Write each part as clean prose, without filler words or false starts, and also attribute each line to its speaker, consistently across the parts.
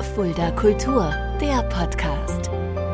Speaker 1: Fulda Kultur, der Podcast.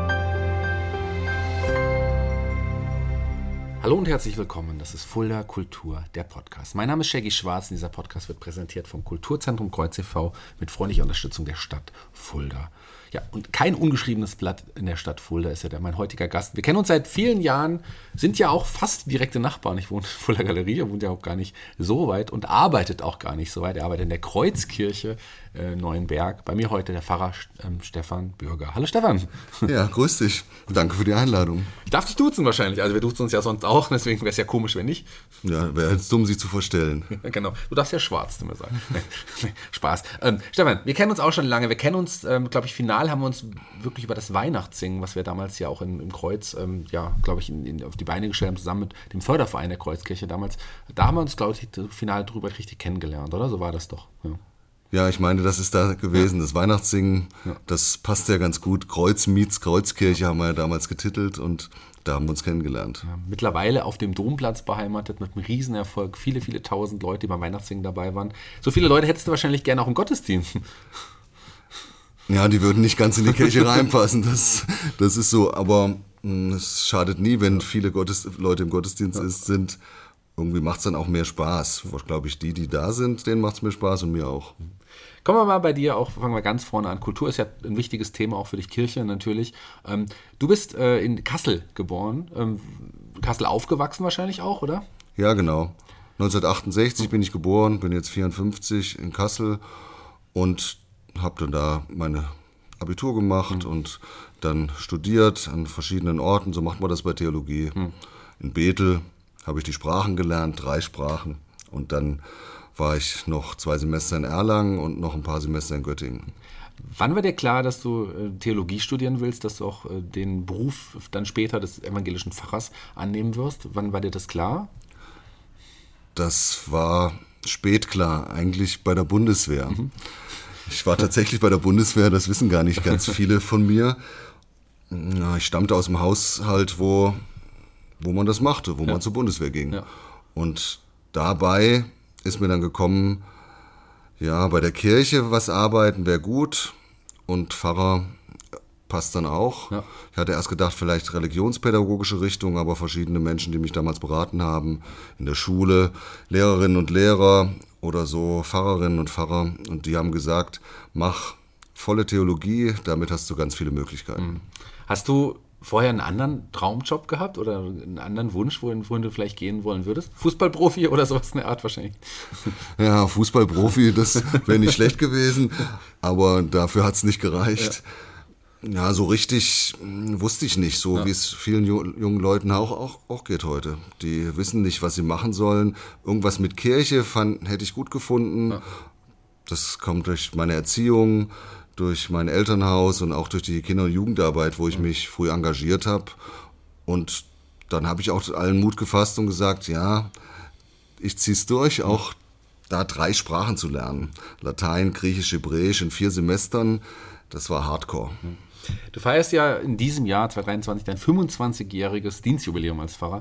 Speaker 2: Hallo und herzlich willkommen, das ist Fulda Kultur, der Podcast. Mein Name ist Shaggy Schwarz und dieser Podcast wird präsentiert vom Kulturzentrum Kreuz e.V. mit freundlicher Unterstützung der Stadt Fulda. Ja, und kein ungeschriebenes Blatt in der Stadt Fulda ist ja mein heutiger Gast. Wir kennen uns seit vielen Jahren, sind ja auch fast direkte Nachbarn. Ich wohne in Fulda Galerie, er wohnt ja auch gar nicht so weit und arbeitet auch gar nicht so weit. Er arbeitet in der Kreuzkirche Neuenberg. Bei mir heute der Pfarrer Stefan Bürger. Hallo Stefan.
Speaker 3: Ja, grüß dich. Danke für die Einladung.
Speaker 2: Ich darf dich duzen wahrscheinlich, also wir duzen uns ja sonst auch, deswegen wäre es ja komisch, wenn nicht.
Speaker 3: Ja, wäre jetzt dumm, sich zu verstellen.
Speaker 2: Genau, du darfst ja Schwarz zu mir sagen. Nee, Spaß. Stefan, wir kennen uns auch schon lange. Wir kennen uns, glaube ich, final haben wir uns wirklich über das Weihnachtssingen, was wir damals ja auch im Kreuz, glaube ich, auf die Beine gestellt haben, zusammen mit dem Förderverein der Kreuzkirche damals. Da haben wir uns, glaube ich, final drüber richtig kennengelernt, oder? So war das doch.
Speaker 3: Ja, ich meine, das ist da gewesen, das Weihnachtssingen, das passt ja ganz gut. Kreuz meets Kreuzkirche haben wir ja damals getitelt und da haben wir uns kennengelernt.
Speaker 2: Ja, mittlerweile auf dem Domplatz beheimatet mit einem Riesenerfolg. Viele, viele tausend Leute, die beim Weihnachtssingen dabei waren. So viele Leute hättest du wahrscheinlich gerne auch im Gottesdienst.
Speaker 3: Ja, die würden nicht ganz in die Kirche reinpassen, das ist so. Aber es schadet nie, wenn viele Leute im Gottesdienst sind. Irgendwie macht es dann auch mehr Spaß. Glaube ich, die da sind, denen macht es mehr Spaß und mir auch.
Speaker 2: Kommen wir mal bei dir auch, fangen wir ganz vorne an. Kultur ist ja ein wichtiges Thema, auch für dich, Kirche natürlich. Du bist in Kassel geboren, Kassel aufgewachsen wahrscheinlich auch, oder?
Speaker 3: Ja, genau. 1968 bin ich geboren, bin jetzt 54 in Kassel und habe dann da meine Abitur gemacht und dann studiert an verschiedenen Orten. So macht man das bei Theologie. In Bethel habe ich die Sprachen gelernt, 3 Sprachen. Und dann war ich noch 2 Semester in Erlangen und noch ein paar Semester in Göttingen.
Speaker 2: Wann war dir klar, dass du Theologie studieren willst, dass du auch den Beruf dann später des evangelischen Pfarrers annehmen wirst? Wann war dir das klar?
Speaker 3: Das war spät klar, eigentlich bei der Bundeswehr. Ich war tatsächlich bei der Bundeswehr, das wissen gar nicht ganz viele von mir. Ich stammte aus dem Haushalt, wo man das machte, wo man zur Bundeswehr ging. Ja. Und dabei ist mir dann gekommen, ja, bei der Kirche was arbeiten wäre gut und Pfarrer passt dann auch. Ja. Ich hatte erst gedacht, vielleicht religionspädagogische Richtung, aber verschiedene Menschen, die mich damals beraten haben, in der Schule, Lehrerinnen und Lehrer oder so, Pfarrerinnen und Pfarrer, und die haben gesagt, mach volle Theologie, damit hast du ganz viele Möglichkeiten.
Speaker 2: Hast du vorher einen anderen Traumjob gehabt oder einen anderen Wunsch, wohin du vielleicht gehen wollen würdest? Fußballprofi oder sowas in der Art wahrscheinlich?
Speaker 3: Ja, Fußballprofi, das wäre nicht schlecht gewesen, aber dafür hat es nicht gereicht. Ja, so richtig wusste ich nicht, so wie es vielen jungen Leuten auch geht heute. Die wissen nicht, was sie machen sollen. Irgendwas mit Kirche hätte ich gut gefunden. Ja. Das kommt durch meine Erziehung, durch mein Elternhaus und auch durch die Kinder- und Jugendarbeit, wo ich mich früh engagiert habe. Und dann habe ich auch allen Mut gefasst und gesagt, ja, ich ziehe es durch, auch da 3 Sprachen zu lernen. Latein, Griechisch, Hebräisch in 4 Semestern, das war Hardcore.
Speaker 2: Du feierst ja in diesem Jahr, 2023, dein 25-jähriges Dienstjubiläum als Pfarrer.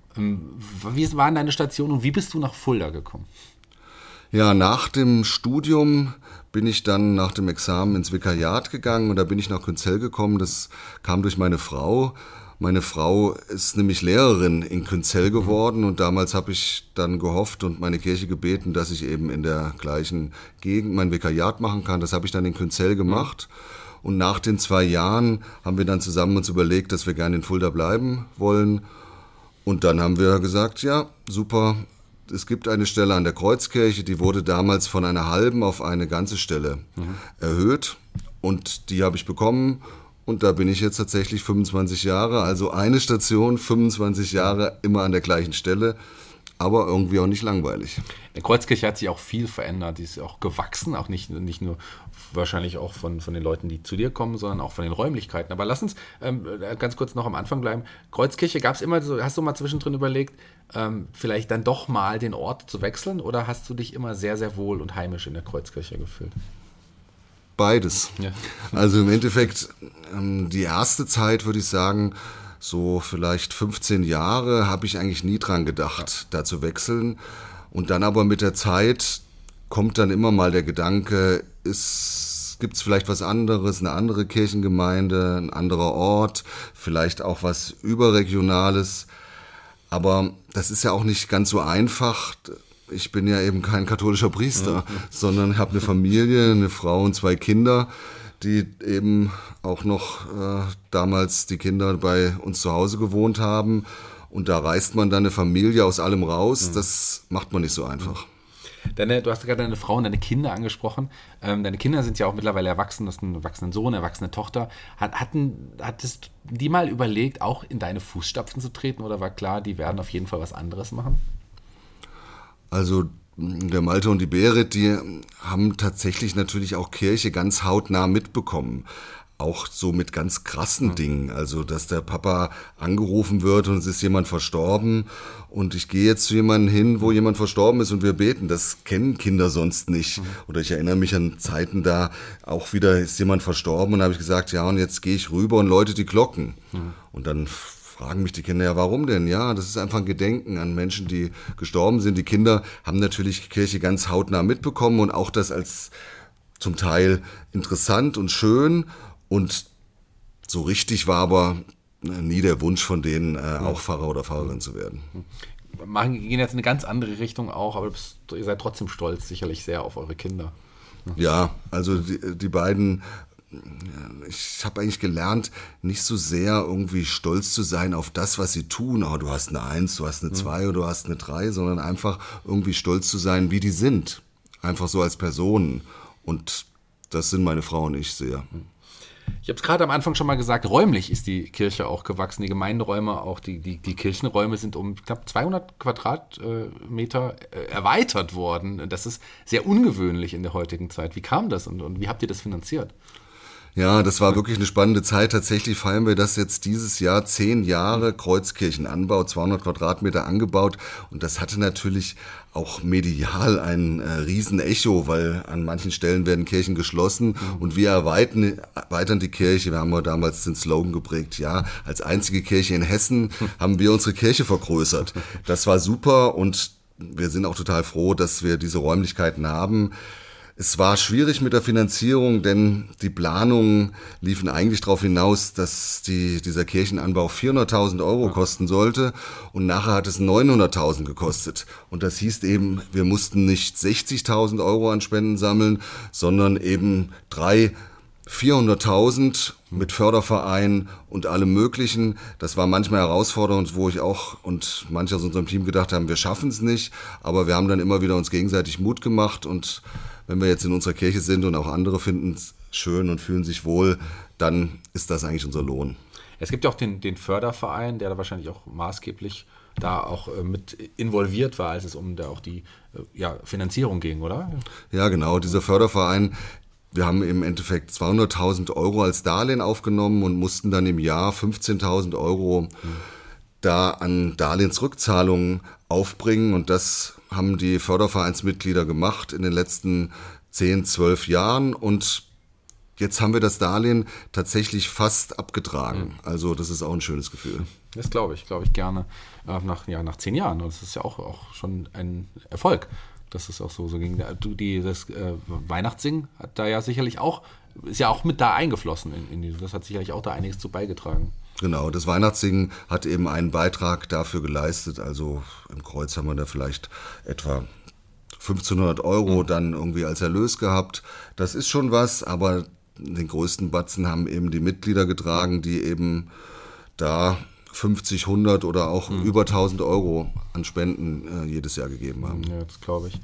Speaker 2: Wie waren deine Stationen und wie bist du nach Fulda gekommen?
Speaker 3: Ja, nach dem Studium bin ich dann nach dem Examen ins Vikariat gegangen und da bin ich nach Künzell gekommen. Das kam durch meine Frau. Meine Frau ist nämlich Lehrerin in Künzell geworden und damals habe ich dann gehofft und meine Kirche gebeten, dass ich eben in der gleichen Gegend mein Vikariat machen kann. Das habe ich dann in Künzell gemacht. Und nach den 2 Jahren haben wir dann zusammen uns überlegt, dass wir gerne in Fulda bleiben wollen. Und dann haben wir gesagt, ja, super, es gibt eine Stelle an der Kreuzkirche, die wurde damals von einer halben auf eine ganze Stelle erhöht. Und die habe ich bekommen. Und da bin ich jetzt tatsächlich 25 Jahre, also eine Station, 25 Jahre, immer an der gleichen Stelle. Aber irgendwie auch nicht langweilig.
Speaker 2: Die Kreuzkirche hat sich auch viel verändert. Die ist auch gewachsen, auch nicht nur wahrscheinlich auch von den Leuten, die zu dir kommen, sondern auch von den Räumlichkeiten. Aber lass uns ganz kurz noch am Anfang bleiben. Kreuzkirche gab es immer so, hast du mal zwischendrin überlegt, vielleicht dann doch mal den Ort zu wechseln oder hast du dich immer sehr, sehr wohl und heimisch in der Kreuzkirche gefühlt?
Speaker 3: Beides. Ja. Also im Endeffekt, die erste Zeit würde ich sagen, so vielleicht 15 Jahre habe ich eigentlich nie dran gedacht, da zu wechseln. Und dann aber mit der Zeit kommt dann immer mal der Gedanke, ist gibt es vielleicht was anderes, eine andere Kirchengemeinde, ein anderer Ort, vielleicht auch was Überregionales. Aber das ist ja auch nicht ganz so einfach. Ich bin ja eben kein katholischer Priester, sondern habe eine Familie, eine Frau und 2 Kinder, die eben auch noch damals die Kinder bei uns zu Hause gewohnt haben. Und da reißt man dann eine Familie aus allem raus. Das macht man nicht so einfach.
Speaker 2: Du hast gerade deine Frau und deine Kinder angesprochen. Deine Kinder sind ja auch mittlerweile erwachsen. Du hast einen erwachsenen Sohn, eine erwachsene Tochter. Hattest die mal überlegt, auch in deine Fußstapfen zu treten? Oder war klar, die werden auf jeden Fall was anderes machen?
Speaker 3: Also der Malte und die Berit, die haben tatsächlich natürlich auch Kirche ganz hautnah mitbekommen. Auch so mit ganz krassen Dingen. Also, dass der Papa angerufen wird und es ist jemand verstorben und ich gehe jetzt zu jemandem hin, wo jemand verstorben ist und wir beten. Das kennen Kinder sonst nicht. Oder ich erinnere mich an Zeiten, da auch wieder ist jemand verstorben und da habe ich gesagt, ja, und jetzt gehe ich rüber und läute die Glocken. Und dann fragen mich die Kinder, ja, warum denn? Ja, das ist einfach ein Gedenken an Menschen, die gestorben sind. Die Kinder haben natürlich Kirche ganz hautnah mitbekommen und auch das als zum Teil interessant und schön. Und so richtig war aber nie der Wunsch von denen, auch Pfarrer oder Pfarrerin zu werden.
Speaker 2: Gehen jetzt in eine ganz andere Richtung auch, aber ihr seid trotzdem stolz sicherlich sehr auf eure Kinder.
Speaker 3: Ja, also die beiden, ich habe eigentlich gelernt, nicht so sehr irgendwie stolz zu sein auf das, was sie tun. Oh, du hast eine 1, du hast eine 2 oder du hast eine 3, sondern einfach irgendwie stolz zu sein, wie die sind. Einfach so als Personen. Und das sind meine Frau und ich sehr.
Speaker 2: Ich habe es gerade am Anfang schon mal gesagt, räumlich ist die Kirche auch gewachsen. Die Gemeinderäume, auch die Kirchenräume sind um knapp 200 Quadratmeter erweitert worden. Das ist sehr ungewöhnlich in der heutigen Zeit. Wie kam das und wie habt ihr das finanziert?
Speaker 3: Ja, das war wirklich eine spannende Zeit. Tatsächlich feiern wir das jetzt dieses Jahr, 10 Jahre Kreuzkirchenanbau, 200 Quadratmeter angebaut. Und das hatte natürlich auch medial ein Riesenecho, weil an manchen Stellen werden Kirchen geschlossen und wir erweitern die Kirche. Wir haben ja damals den Slogan geprägt, ja, als einzige Kirche in Hessen haben wir unsere Kirche vergrößert. Das war super und wir sind auch total froh, dass wir diese Räumlichkeiten haben. Es war schwierig mit der Finanzierung, denn die Planungen liefen eigentlich darauf hinaus, dass dieser Kirchenanbau 400.000 Euro kosten sollte und nachher hat es 900.000 gekostet. Und das hieß eben, wir mussten nicht 60.000 Euro an Spenden sammeln, sondern eben 400.000 mit Förderverein und allem Möglichen. Das war manchmal herausfordernd, wo ich auch und manche aus unserem Team gedacht haben, wir schaffen es nicht. Aber wir haben dann immer wieder uns gegenseitig Mut gemacht und wenn wir jetzt in unserer Kirche sind und auch andere finden es schön und fühlen sich wohl, dann ist das eigentlich unser Lohn.
Speaker 2: Es gibt ja auch den Förderverein, der da wahrscheinlich auch maßgeblich da auch mit involviert war, als es um da auch die Finanzierung ging, oder?
Speaker 3: Ja, genau, dieser Förderverein. Wir haben im Endeffekt 200.000 Euro als Darlehen aufgenommen und mussten dann im Jahr 15.000 Euro da an Darlehensrückzahlungen aufbringen. Und das haben die Fördervereinsmitglieder gemacht in den letzten 10, 12 Jahren. Und jetzt haben wir das Darlehen tatsächlich fast abgetragen. Also das ist auch ein schönes Gefühl.
Speaker 2: Das glaube ich gerne. Nach 10 Jahren. Und das ist ja auch schon ein Erfolg. Das ist auch so ging. Das Weihnachtssingen hat da ja sicherlich auch, ist ja auch mit da eingeflossen. Das hat sicherlich auch da einiges zu beigetragen.
Speaker 3: Genau, das Weihnachtssingen hat eben einen Beitrag dafür geleistet. Also im Kreuz haben wir da vielleicht etwa 1.500 Euro dann irgendwie als Erlös gehabt. Das ist schon was, aber den größten Batzen haben eben die Mitglieder getragen, die eben da 50, 100 oder auch über 1.000 Euro an Spenden jedes Jahr gegeben haben.
Speaker 2: Ja, das glaube ich.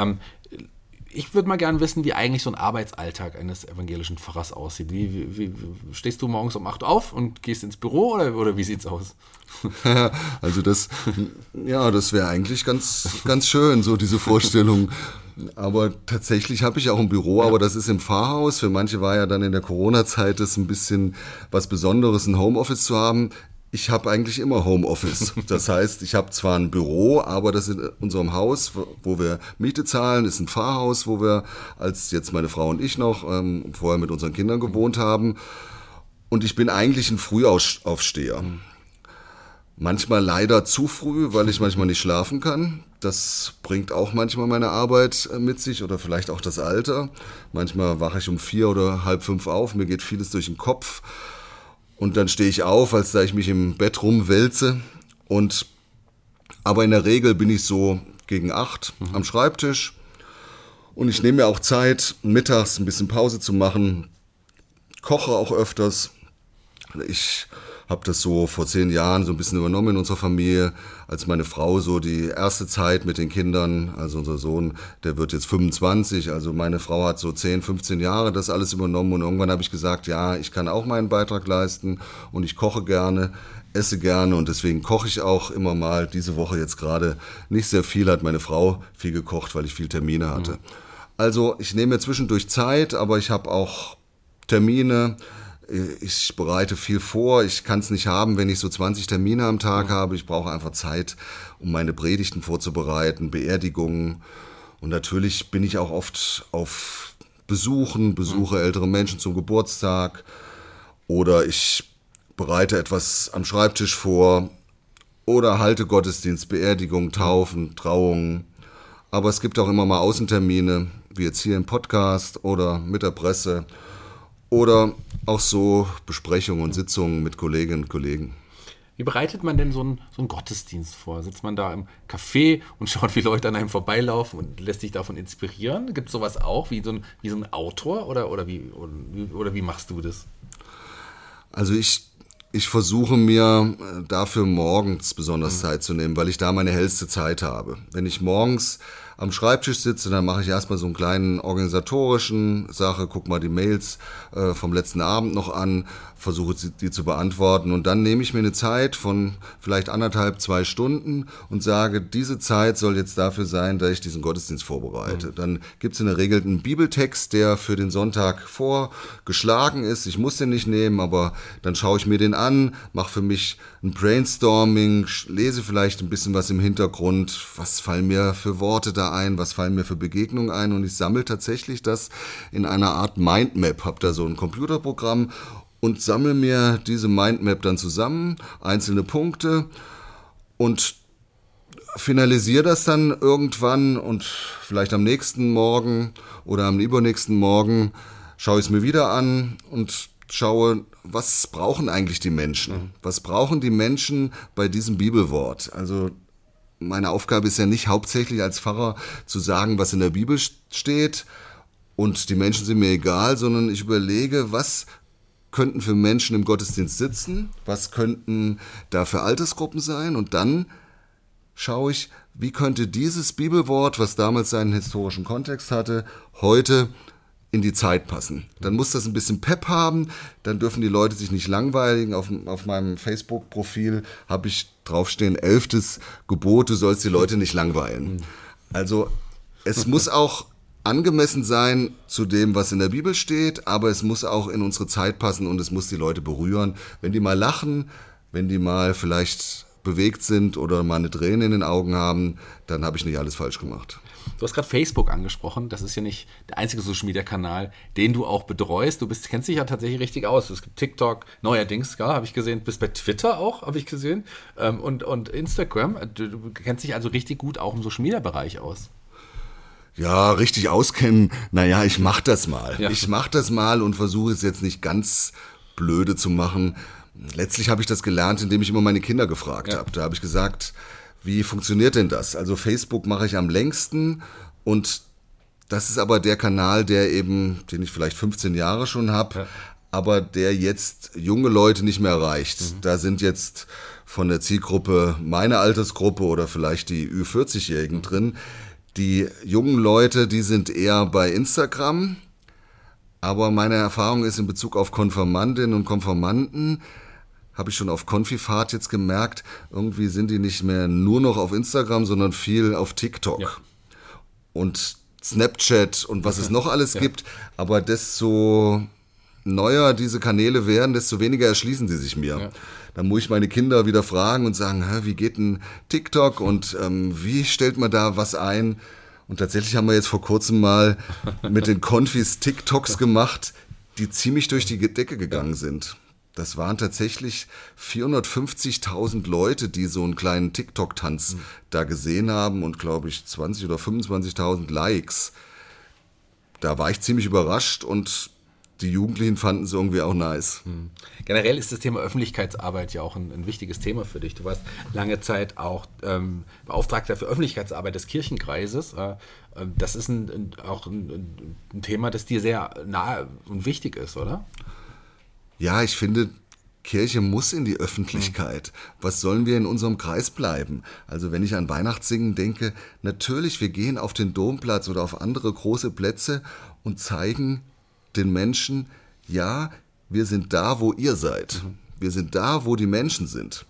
Speaker 2: Ich würde mal gerne wissen, wie eigentlich so ein Arbeitsalltag eines evangelischen Pfarrers aussieht. Wie stehst du morgens um 8 Uhr auf und gehst ins Büro oder wie sieht's aus?
Speaker 3: Also das wäre eigentlich ganz, ganz schön, so diese Vorstellung. Aber tatsächlich habe ich auch ein Büro, aber das ist im Pfarrhaus. Für manche war ja dann in der Corona-Zeit das ein bisschen was Besonderes, ein Homeoffice zu haben. Ich habe eigentlich immer Homeoffice. Das heißt, ich habe zwar ein Büro, aber das in unserem Haus, wo wir Miete zahlen, ist ein Pfarrhaus, wo wir, als jetzt meine Frau und ich noch vorher mit unseren Kindern gewohnt haben. Und ich bin eigentlich ein Frühaufsteher. Manchmal leider zu früh, weil ich manchmal nicht schlafen kann. Das bringt auch manchmal meine Arbeit mit sich oder vielleicht auch das Alter. Manchmal wache ich um 4 oder halb 5 auf, mir geht vieles durch den Kopf. Und dann stehe ich auf, als da ich mich im Bett rumwälze. Aber in der Regel bin ich so gegen 8 am Schreibtisch. Und ich nehme mir auch Zeit, mittags ein bisschen Pause zu machen. Koche auch öfters. Ich habe das so vor 10 Jahren so ein bisschen übernommen in unserer Familie, als meine Frau so die erste Zeit mit den Kindern, also unser Sohn, der wird jetzt 25, also meine Frau hat so 10, 15 Jahre das alles übernommen und irgendwann habe ich gesagt, ja, ich kann auch meinen Beitrag leisten und ich koche gerne, esse gerne und deswegen koche ich auch immer mal. Diese Woche jetzt gerade nicht sehr viel, hat meine Frau viel gekocht, weil ich viel Termine hatte. Also ich nehme mir zwischendurch Zeit, aber ich habe auch Termine. Ich bereite viel vor, ich kann es nicht haben, wenn ich so 20 Termine am Tag habe. Ich brauche einfach Zeit, um meine Predigten vorzubereiten, Beerdigungen. Und natürlich bin ich auch oft auf Besuchen, besuche ältere Menschen zum Geburtstag oder ich bereite etwas am Schreibtisch vor oder halte Gottesdienst, Beerdigungen, Taufen, Trauungen. Aber es gibt auch immer mal Außentermine, wie jetzt hier im Podcast oder mit der Presse. Oder auch so Besprechungen und Sitzungen mit Kolleginnen und Kollegen.
Speaker 2: Wie bereitet man denn so einen Gottesdienst vor? Sitzt man da im Café und schaut, wie Leute an einem vorbeilaufen und lässt sich davon inspirieren? Gibt es sowas auch, wie so ein Autor? Oder wie machst du das?
Speaker 3: Also ich versuche mir dafür morgens besonders Zeit zu nehmen, weil ich da meine hellste Zeit habe. Wenn ich morgens am Schreibtisch sitze, dann mache ich erstmal so einen kleinen organisatorischen Sache, gucke mal die Mails vom letzten Abend noch an, versuche die zu beantworten und dann nehme ich mir eine Zeit von vielleicht 1,5, 2 Stunden und sage, diese Zeit soll jetzt dafür sein, dass ich diesen Gottesdienst vorbereite. Dann gibt es in der Regel einen Bibeltext, der für den Sonntag vorgeschlagen ist. Ich muss den nicht nehmen, aber dann schaue ich mir den an, mache für mich ein Brainstorming, lese vielleicht ein bisschen was im Hintergrund, was fallen mir für Worte da ein, was fallen mir für Begegnungen ein und ich sammle tatsächlich das in einer Art Mindmap, habe da so ein Computerprogramm und sammle mir diese Mindmap dann zusammen, einzelne Punkte und finalisiere das dann irgendwann und vielleicht am nächsten Morgen oder am übernächsten Morgen schaue ich es mir wieder an und schaue, was brauchen eigentlich die Menschen? Was brauchen die Menschen bei diesem Bibelwort? Also meine Aufgabe ist ja nicht hauptsächlich als Pfarrer zu sagen, was in der Bibel steht und die Menschen sind mir egal, sondern ich überlege, was könnten für Menschen im Gottesdienst sitzen, was könnten da für Altersgruppen sein und dann schaue ich, wie könnte dieses Bibelwort, was damals seinen historischen Kontext hatte, heute in die Zeit passen. Dann muss das ein bisschen Pep haben, dann dürfen die Leute sich nicht langweilen. Auf meinem Facebook-Profil habe ich draufstehen, 11. Gebot, du sollst die Leute nicht langweilen. Also es muss auch angemessen sein zu dem, was in der Bibel steht, aber es muss auch in unsere Zeit passen und es muss die Leute berühren. Wenn die mal lachen, wenn die mal vielleicht bewegt sind oder mal eine Träne in den Augen haben, dann habe ich nicht alles falsch gemacht.
Speaker 2: Du hast gerade Facebook angesprochen. Das ist ja nicht der einzige Social-Media-Kanal, den du auch betreust. Kennst dich ja tatsächlich richtig aus. Es gibt TikTok, neuerdings, ja, habe ich gesehen. Bist bei Twitter auch, habe ich gesehen. Und Instagram. Du kennst dich also richtig gut auch im Social-Media-Bereich aus.
Speaker 3: Ja, richtig auskennen. Naja, ich mache das mal.
Speaker 2: Ja.
Speaker 3: Ich mache das mal und versuche es jetzt nicht ganz blöde zu machen. Letztlich habe ich das gelernt, indem ich immer meine Kinder gefragt habe. Da habe ich gesagt, wie funktioniert denn das? Also Facebook mache ich am längsten und das ist aber der Kanal, den ich vielleicht 15 Jahre schon habe, aber der jetzt junge Leute nicht mehr erreicht. Da sind jetzt von der Zielgruppe meine Altersgruppe oder vielleicht die Ü40-Jährigen drin. Die jungen Leute, die sind eher bei Instagram, aber meine Erfahrung ist in Bezug auf Konfirmandinnen und Konfirmanden, habe ich schon auf Konfifahrt jetzt gemerkt, irgendwie sind die nicht mehr nur noch auf Instagram, sondern viel auf TikTok und Snapchat und was es noch alles gibt. Aber desto neuer diese Kanäle werden, desto weniger erschließen sie sich mir. Ja. Dann muss ich meine Kinder wieder fragen und sagen, wie geht denn TikTok und wie stellt man da was ein? Und tatsächlich haben wir jetzt vor kurzem mal mit den Konfis TikToks gemacht, die ziemlich durch die Decke gegangen sind. Das waren tatsächlich 450.000 Leute, die so einen kleinen TikTok-Tanz da gesehen haben und, glaube ich, 20.000 oder 25.000 Likes. Da war ich ziemlich überrascht und die Jugendlichen fanden es irgendwie auch nice.
Speaker 2: Generell ist das Thema Öffentlichkeitsarbeit ja auch ein wichtiges Thema für dich. Du warst lange Zeit auch Beauftragter für Öffentlichkeitsarbeit des Kirchenkreises. Das ist auch ein Thema, das dir sehr nahe und wichtig ist, oder?
Speaker 3: Ja, ich finde, Kirche muss in die Öffentlichkeit. Was sollen wir in unserem Kreis bleiben? Also wenn ich an Weihnachtssingen denke, natürlich, wir gehen auf den Domplatz oder auf andere große Plätze und zeigen den Menschen, ja, wir sind da, wo ihr seid. Wir sind da, wo die Menschen sind.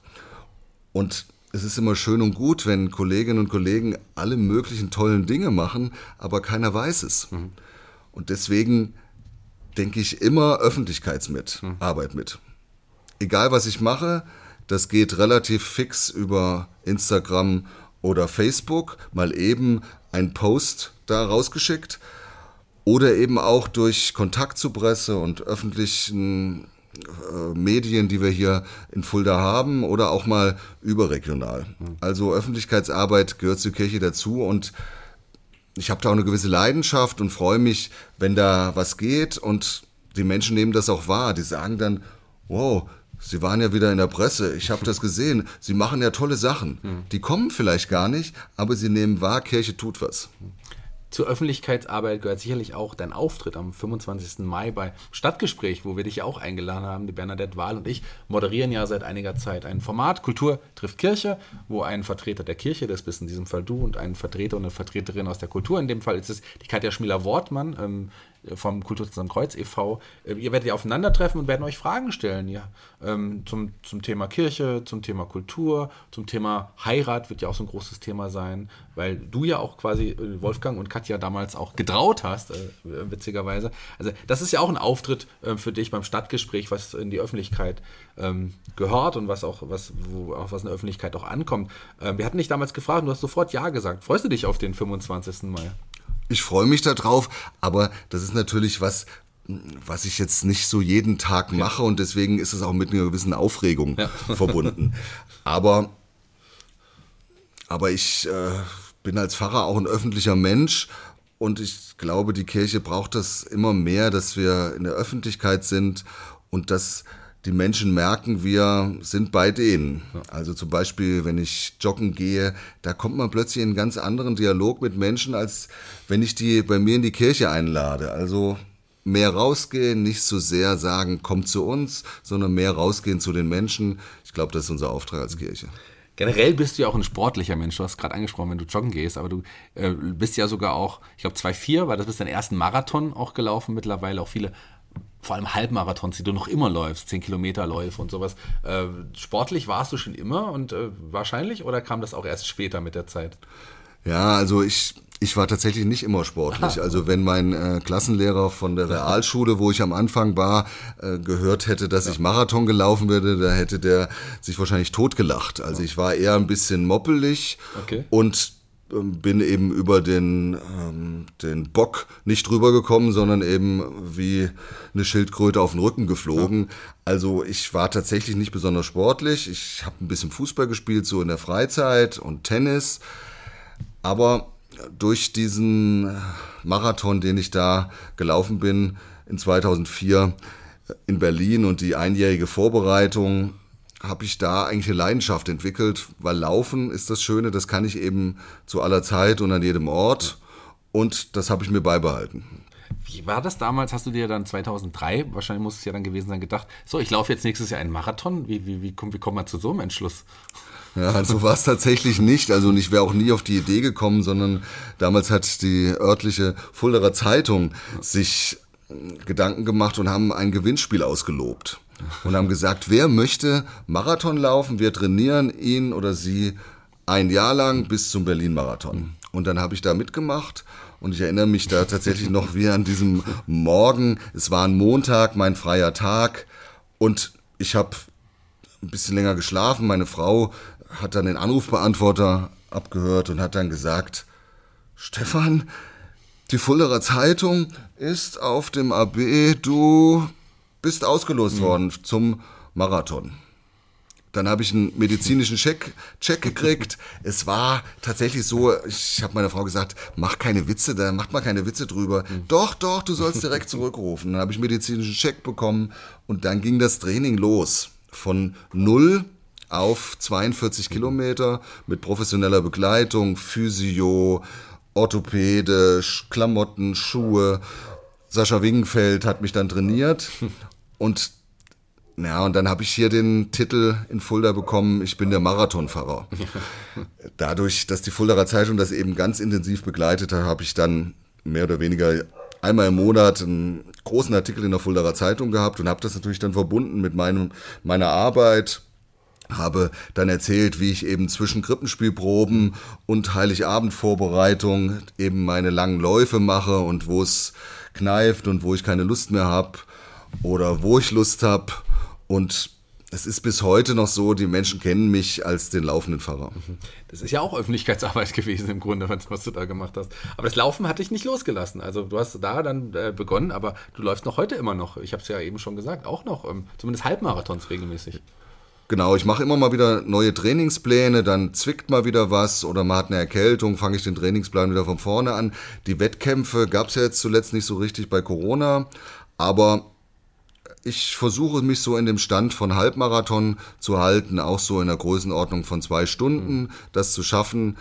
Speaker 3: Und es ist immer schön und gut, wenn Kolleginnen und Kollegen alle möglichen tollen Dinge machen, aber keiner weiß es. Und deswegen denke ich immer Öffentlichkeitsarbeit mit. Egal, was ich mache, das geht relativ fix über Instagram oder Facebook, mal eben ein Post da rausgeschickt oder eben auch durch Kontakt zur Presse und öffentlichen Medien, die wir hier in Fulda haben oder auch mal überregional. Also Öffentlichkeitsarbeit gehört zur Kirche dazu und ich habe da auch eine gewisse Leidenschaft und freue mich, wenn da was geht und die Menschen nehmen das auch wahr. Die sagen dann, wow, Sie waren ja wieder in der Presse, ich habe das gesehen, Sie machen ja tolle Sachen. Die kommen vielleicht gar nicht, aber sie nehmen wahr, Kirche tut was.
Speaker 2: Zur Öffentlichkeitsarbeit gehört sicherlich auch dein Auftritt am 25. Mai bei Stadtgespräch, wo wir dich ja auch eingeladen haben. Die Bernadette Wahl und ich moderieren ja seit einiger Zeit ein Format, Kultur trifft Kirche, wo ein Vertreter der Kirche, das bist in diesem Fall du, und ein Vertreter und eine Vertreterin aus der Kultur, in dem Fall ist es die Katja Schmiler-Wortmann, vom Kulturzentrum Kreuz e.V. Ihr werdet ja aufeinandertreffen und werden euch Fragen stellen, ja, zum Thema Kirche, zum Thema Kultur, zum Thema Heirat wird ja auch so ein großes Thema sein, weil du ja auch quasi Wolfgang und Katja damals auch getraut hast, witzigerweise. Also das ist ja auch ein Auftritt für dich beim Stadtgespräch, was in die Öffentlichkeit gehört und was in der Öffentlichkeit auch ankommt. Wir hatten dich damals gefragt und du hast sofort Ja gesagt. Freust du dich auf den 25. Mai?
Speaker 3: Ich freue mich darauf, aber das ist natürlich was ich jetzt nicht so jeden Tag mache und deswegen ist es auch mit einer gewissen Aufregung verbunden. Aber ich bin als Pfarrer auch ein öffentlicher Mensch und ich glaube, die Kirche braucht das immer mehr, dass wir in der Öffentlichkeit sind und dass die Menschen merken, wir sind bei denen. Also zum Beispiel, wenn ich joggen gehe, da kommt man plötzlich in einen ganz anderen Dialog mit Menschen, als wenn ich die bei mir in die Kirche einlade. Also mehr rausgehen, nicht so sehr sagen, kommt zu uns, sondern mehr rausgehen zu den Menschen. Ich glaube, das ist unser Auftrag als Kirche.
Speaker 2: Generell bist du ja auch ein sportlicher Mensch. Du hast gerade angesprochen, wenn du joggen gehst, aber du bist ja sogar auch, ich glaube 2,4, weil das bist deinen ersten Marathon auch gelaufen, mittlerweile auch viele, vor allem Halbmarathons, die du noch immer läufst, 10 Kilometerläufe und sowas. Sportlich warst du schon immer und wahrscheinlich, oder kam das auch erst später mit der Zeit?
Speaker 3: Ja, also ich war tatsächlich nicht immer sportlich. Also wenn mein Klassenlehrer von der Realschule, wo ich am Anfang war, gehört hätte, dass ich Marathon gelaufen werde, da hätte der sich wahrscheinlich totgelacht. Also ich war eher ein bisschen moppelig und bin eben über den Bock nicht drüber gekommen, sondern eben wie eine Schildkröte auf den Rücken geflogen. Also ich war tatsächlich nicht besonders sportlich. Ich habe ein bisschen Fußball gespielt, so in der Freizeit und Tennis. Aber durch diesen Marathon, den ich da gelaufen bin in 2004 in Berlin und die einjährige Vorbereitung, habe ich da eigentlich eine Leidenschaft entwickelt, weil Laufen ist das Schöne, das kann ich eben zu aller Zeit und an jedem Ort und das habe ich mir beibehalten.
Speaker 2: Wie war das damals? Hast du dir dann 2003, wahrscheinlich muss es ja dann gewesen sein, gedacht, so, ich laufe jetzt nächstes Jahr einen Marathon? Wie kommt man zu so einem Entschluss?
Speaker 3: Ja, so war es tatsächlich nicht. Also ich wäre auch nie auf die Idee gekommen, sondern damals hat die örtliche Fuldaer Zeitung sich Gedanken gemacht und haben ein Gewinnspiel ausgelobt. Und haben gesagt, wer möchte Marathon laufen, wir trainieren ihn oder sie ein Jahr lang bis zum Berlin-Marathon. Und dann habe ich da mitgemacht und ich erinnere mich da tatsächlich noch wie an diesem Morgen. Es war ein Montag, mein freier Tag und ich habe ein bisschen länger geschlafen. Meine Frau hat dann den Anrufbeantworter abgehört und hat dann gesagt, Stefan, die Fuldaer Zeitung ist auf dem AB, du bist ausgelost worden zum Marathon. Dann habe ich einen medizinischen Check gekriegt. Es war tatsächlich so, ich habe meiner Frau gesagt, macht mal keine Witze drüber. Doch, du sollst direkt zurückrufen. Dann habe ich einen medizinischen Check bekommen und dann ging das Training los. Von 0 auf 42 Kilometer mit professioneller Begleitung, Physio, Orthopäde, Klamotten, Schuhe. Sascha Wingenfeld hat mich dann trainiert und dann habe ich hier den Titel in Fulda bekommen, ich bin der Marathonfahrer. Dadurch, dass die Fuldaer Zeitung das eben ganz intensiv begleitet hat, habe ich dann mehr oder weniger einmal im Monat einen großen Artikel in der Fuldaer Zeitung gehabt und habe das natürlich dann verbunden mit meiner Arbeit. Habe dann erzählt, wie ich eben zwischen Krippenspielproben und Heiligabendvorbereitung eben meine langen Läufe mache und wo es kneift und wo ich keine Lust mehr habe oder wo ich Lust habe. Und es ist bis heute noch so, die Menschen kennen mich als den laufenden Fahrer.
Speaker 2: Das ist ja auch Öffentlichkeitsarbeit gewesen im Grunde, was du da gemacht hast. Aber das Laufen hat dich nicht losgelassen. Also du hast da dann begonnen, aber du läufst noch heute immer noch. Ich habe es ja eben schon gesagt, auch noch zumindest Halbmarathons regelmäßig.
Speaker 3: Genau, ich mache immer mal wieder neue Trainingspläne, dann zwickt mal wieder was oder man hat eine Erkältung, fange ich den Trainingsplan wieder von vorne an. Die Wettkämpfe gab es ja jetzt zuletzt nicht so richtig bei Corona, aber ich versuche mich so in dem Stand von Halbmarathon zu halten, auch so in der Größenordnung von 2 Stunden, das zu schaffen.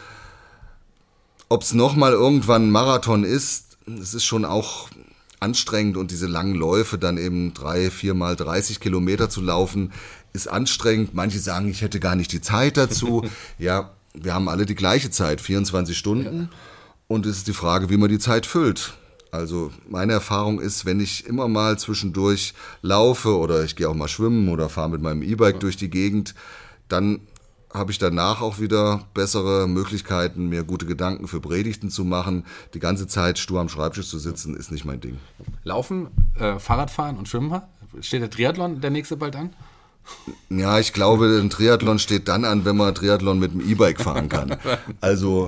Speaker 3: Ob es nochmal irgendwann ein Marathon ist, es ist schon auch anstrengend und diese langen Läufe dann eben 3-4 mal 30 Kilometer zu laufen, ist anstrengend. Manche sagen, ich hätte gar nicht die Zeit dazu. Ja, wir haben alle die gleiche Zeit, 24 Stunden. Und es ist die Frage, wie man die Zeit füllt. Also meine Erfahrung ist, wenn ich immer mal zwischendurch laufe oder ich gehe auch mal schwimmen oder fahre mit meinem E-Bike durch die Gegend, dann habe ich danach auch wieder bessere Möglichkeiten, mir gute Gedanken für Predigten zu machen. Die ganze Zeit stur am Schreibtisch zu sitzen, ist nicht mein Ding.
Speaker 2: Laufen, Fahrradfahren und Schwimmen? Steht der Triathlon der nächste bald an?
Speaker 3: Ja, ich glaube, ein Triathlon steht dann an, wenn man Triathlon mit dem E-Bike fahren kann. Also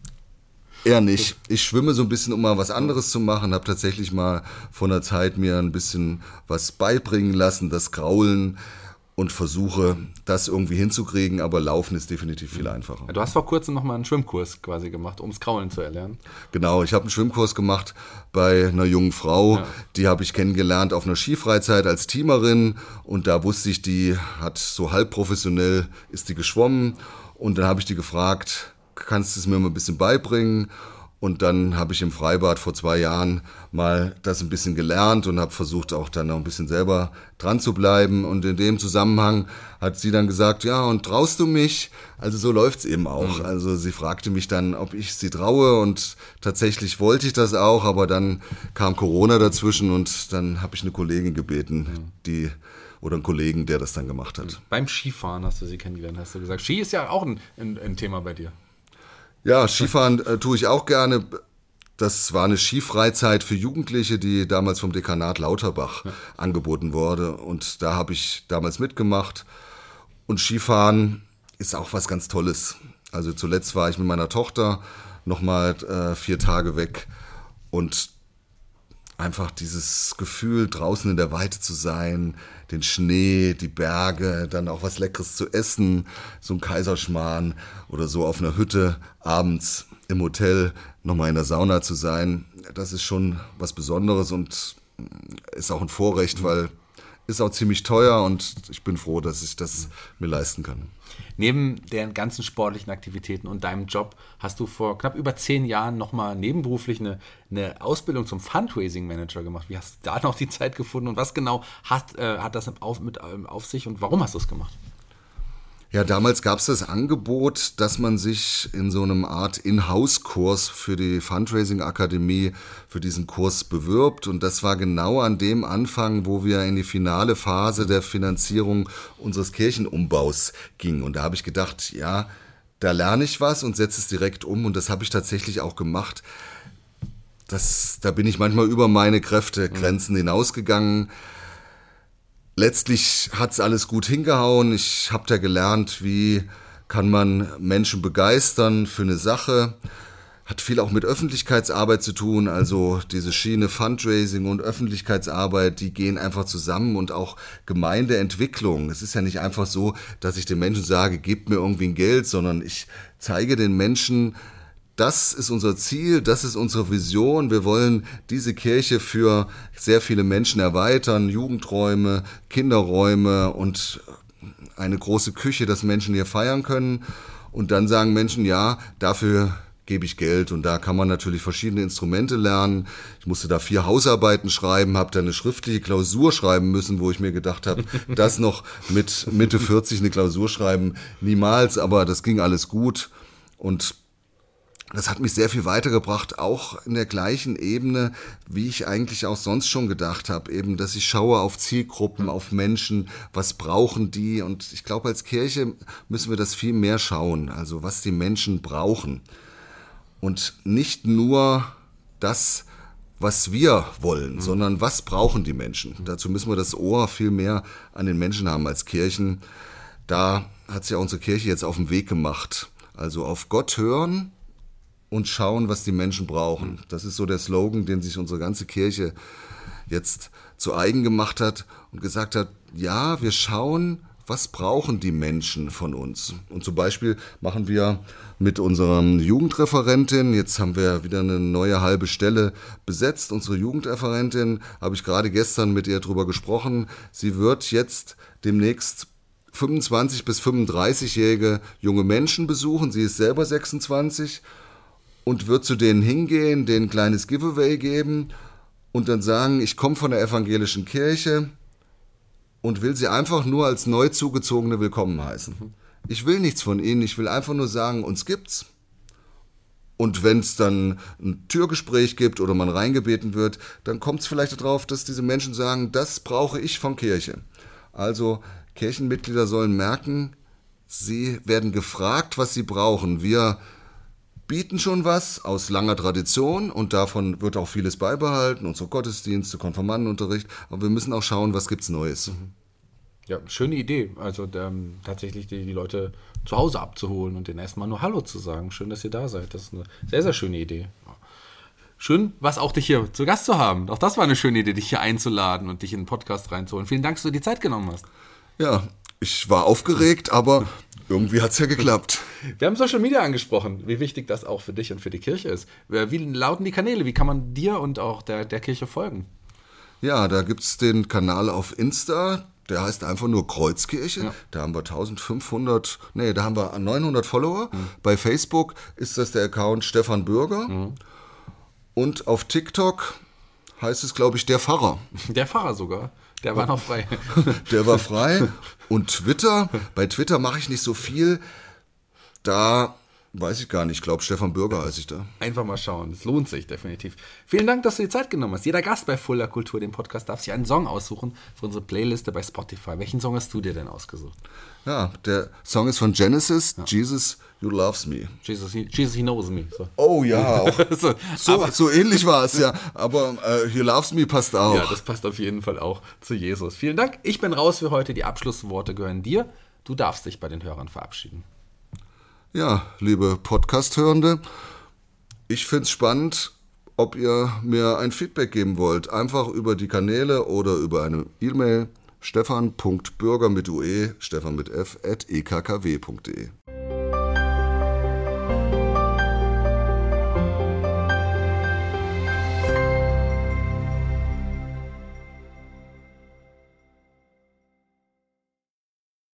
Speaker 3: eher nicht. Ich schwimme so ein bisschen, um mal was anderes zu machen. Habe tatsächlich mal vor einer Zeit mir ein bisschen was beibringen lassen, das Kraulen, und versuche, das irgendwie hinzukriegen. Aber Laufen ist definitiv viel einfacher.
Speaker 2: Du hast vor kurzem nochmal einen Schwimmkurs quasi gemacht, um das Kraulen zu erlernen.
Speaker 3: Genau, ich habe einen Schwimmkurs gemacht bei einer jungen Frau. Ja. Die habe ich kennengelernt auf einer Skifreizeit als Teamerin. Und da wusste ich, die hat so halb professionell, ist die geschwommen. Und dann habe ich die gefragt, kannst du es mir mal ein bisschen beibringen? Und dann habe ich im Freibad vor 2 Jahren mal das ein bisschen gelernt und habe versucht, auch dann noch ein bisschen selber dran zu bleiben. Und in dem Zusammenhang hat sie dann gesagt, ja, und traust du mich? Also so läuft's eben auch. Also sie fragte mich dann, ob ich sie traue, und tatsächlich wollte ich das auch, aber dann kam Corona dazwischen und dann habe ich eine Kollegin gebeten, oder einen Kollegen, der das dann gemacht hat.
Speaker 2: Beim Skifahren hast du sie kennengelernt, hast du gesagt. Ski ist ja auch ein Thema bei dir.
Speaker 3: Ja, Skifahren tue ich auch gerne. Das war eine Skifreizeit für Jugendliche, die damals vom Dekanat Lauterbach angeboten wurde. Und da habe ich damals mitgemacht. Und Skifahren ist auch was ganz Tolles. Also zuletzt war ich mit meiner Tochter nochmal 4 Tage weg. Und einfach dieses Gefühl, draußen in der Weite zu sein, den Schnee, die Berge, dann auch was Leckeres zu essen, so ein Kaiserschmarrn oder so auf einer Hütte, abends im Hotel nochmal in der Sauna zu sein, das ist schon was Besonderes und ist auch ein Vorrecht, weil ist auch ziemlich teuer und ich bin froh, dass ich das mir leisten kann.
Speaker 2: Neben den ganzen sportlichen Aktivitäten und deinem Job hast du vor knapp über 10 Jahren nochmal nebenberuflich eine Ausbildung zum Fundraising-Manager gemacht. Wie hast du da noch die Zeit gefunden und was genau hat das auf sich und warum hast du es gemacht?
Speaker 3: Ja, damals gab es das Angebot, dass man sich in so einem Art In-House-Kurs für die Fundraising-Akademie für diesen Kurs bewirbt. Und das war genau an dem Anfang, wo wir in die finale Phase der Finanzierung unseres Kirchenumbaus gingen. Und da habe ich gedacht, ja, da lerne ich was und setze es direkt um. Und das habe ich tatsächlich auch gemacht. Da bin ich manchmal über meine Kräftegrenzen hinausgegangen. Letztlich hat's alles gut hingehauen. Ich habe da gelernt, wie kann man Menschen begeistern für eine Sache. hat viel auch mit Öffentlichkeitsarbeit zu tun, also diese Schiene Fundraising und Öffentlichkeitsarbeit, die gehen einfach zusammen und auch Gemeindeentwicklung. Es ist ja nicht einfach so, dass ich den Menschen sage, gebt mir irgendwie ein Geld, sondern ich zeige den Menschen, das ist unser Ziel, das ist unsere Vision. Wir wollen diese Kirche für sehr viele Menschen erweitern, Jugendräume, Kinderräume und eine große Küche, dass Menschen hier feiern können. Und dann sagen Menschen, ja, dafür gebe ich Geld. Und da kann man natürlich verschiedene Instrumente lernen. Ich musste da 4 Hausarbeiten schreiben, habe da eine schriftliche Klausur schreiben müssen, wo ich mir gedacht habe, das noch mit Mitte 40 eine Klausur schreiben, niemals. Aber das ging alles gut und das hat mich sehr viel weitergebracht, auch in der gleichen Ebene, wie ich eigentlich auch sonst schon gedacht habe, eben, dass ich schaue auf Zielgruppen, auf Menschen, was brauchen die? Und ich glaube, als Kirche müssen wir das viel mehr schauen, also was die Menschen brauchen. Und nicht nur das, was wir wollen, sondern was brauchen die Menschen? Dazu müssen wir das Ohr viel mehr an den Menschen haben als Kirchen. Da hat sich ja unsere Kirche jetzt auf den Weg gemacht. Also auf Gott hören und schauen, was die Menschen brauchen. Das ist so der Slogan, den sich unsere ganze Kirche jetzt zu eigen gemacht hat und gesagt hat, ja, wir schauen, was brauchen die Menschen von uns. Und zum Beispiel machen wir mit unserer Jugendreferentin, jetzt haben wir wieder eine neue halbe Stelle besetzt, unsere Jugendreferentin, habe ich gerade gestern mit ihr drüber gesprochen, sie wird jetzt demnächst 25- bis 35-jährige junge Menschen besuchen, sie ist selber 26 und wird zu denen hingehen, denen ein kleines Giveaway geben und dann sagen, ich komme von der evangelischen Kirche und will sie einfach nur als neu zugezogene willkommen heißen. Ich will nichts von ihnen, ich will einfach nur sagen, uns gibt's. Und wenn es dann ein Türgespräch gibt oder man reingebeten wird, dann kommt es vielleicht darauf, dass diese Menschen sagen, das brauche ich von Kirche. Also Kirchenmitglieder sollen merken, sie werden gefragt, was sie brauchen. Wir bieten schon was aus langer Tradition und davon wird auch vieles beibehalten, unsere Gottesdienste, Konfirmandenunterricht, aber wir müssen auch schauen, was gibt's Neues.
Speaker 2: Ja, schöne Idee. Also tatsächlich die Leute zu Hause abzuholen und denen erstmal nur Hallo zu sagen. Schön, dass ihr da seid. Das ist eine sehr, sehr schöne Idee. Schön, was auch dich hier zu Gast zu haben. Auch das war eine schöne Idee, dich hier einzuladen und dich in den Podcast reinzuholen. Vielen Dank, dass du dir die Zeit genommen hast.
Speaker 3: Ja, ich war aufgeregt, aber irgendwie hat es ja geklappt.
Speaker 2: Wir haben Social Media angesprochen, wie wichtig das auch für dich und für die Kirche ist. Wie lauten die Kanäle? Wie kann man dir und auch der Kirche folgen?
Speaker 3: Ja, da gibt es den Kanal auf Insta, der heißt einfach nur Kreuzkirche. Ja. Da haben wir 900 Follower. Bei Facebook ist das der Account Stefan Bürger. Und auf TikTok heißt es, glaube ich, der Pfarrer.
Speaker 2: Der Pfarrer sogar. Der war noch frei.
Speaker 3: Der war frei. Und Twitter, bei Twitter mache ich nicht so viel. Da weiß ich gar nicht. Ich glaube, Stefan Bürger heiße ich da.
Speaker 2: Einfach mal schauen. Es lohnt sich definitiv. Vielen Dank, dass du dir Zeit genommen hast. Jeder Gast bei Fulda Kultur, dem Podcast, darf sich einen Song aussuchen für unsere Playliste bei Spotify. Welchen Song hast du dir denn ausgesucht?
Speaker 3: Ja, der Song ist von Genesis, Jesus, You Loves Me.
Speaker 2: Jesus, he knows me. So.
Speaker 3: Oh ja, auch. so ähnlich war es, ja. Aber He Loves Me passt auch.
Speaker 2: Ja, das passt auf jeden Fall auch zu Jesus. Vielen Dank. Ich bin raus für heute. Die Abschlussworte gehören dir. Du darfst dich bei den Hörern verabschieden.
Speaker 3: Ja, liebe Podcast-Hörende, ich finde es spannend, ob ihr mir ein Feedback geben wollt. Einfach über die Kanäle oder über eine E-Mail stefan.bürger mit UE, Stefan mit F, @ekkw.de.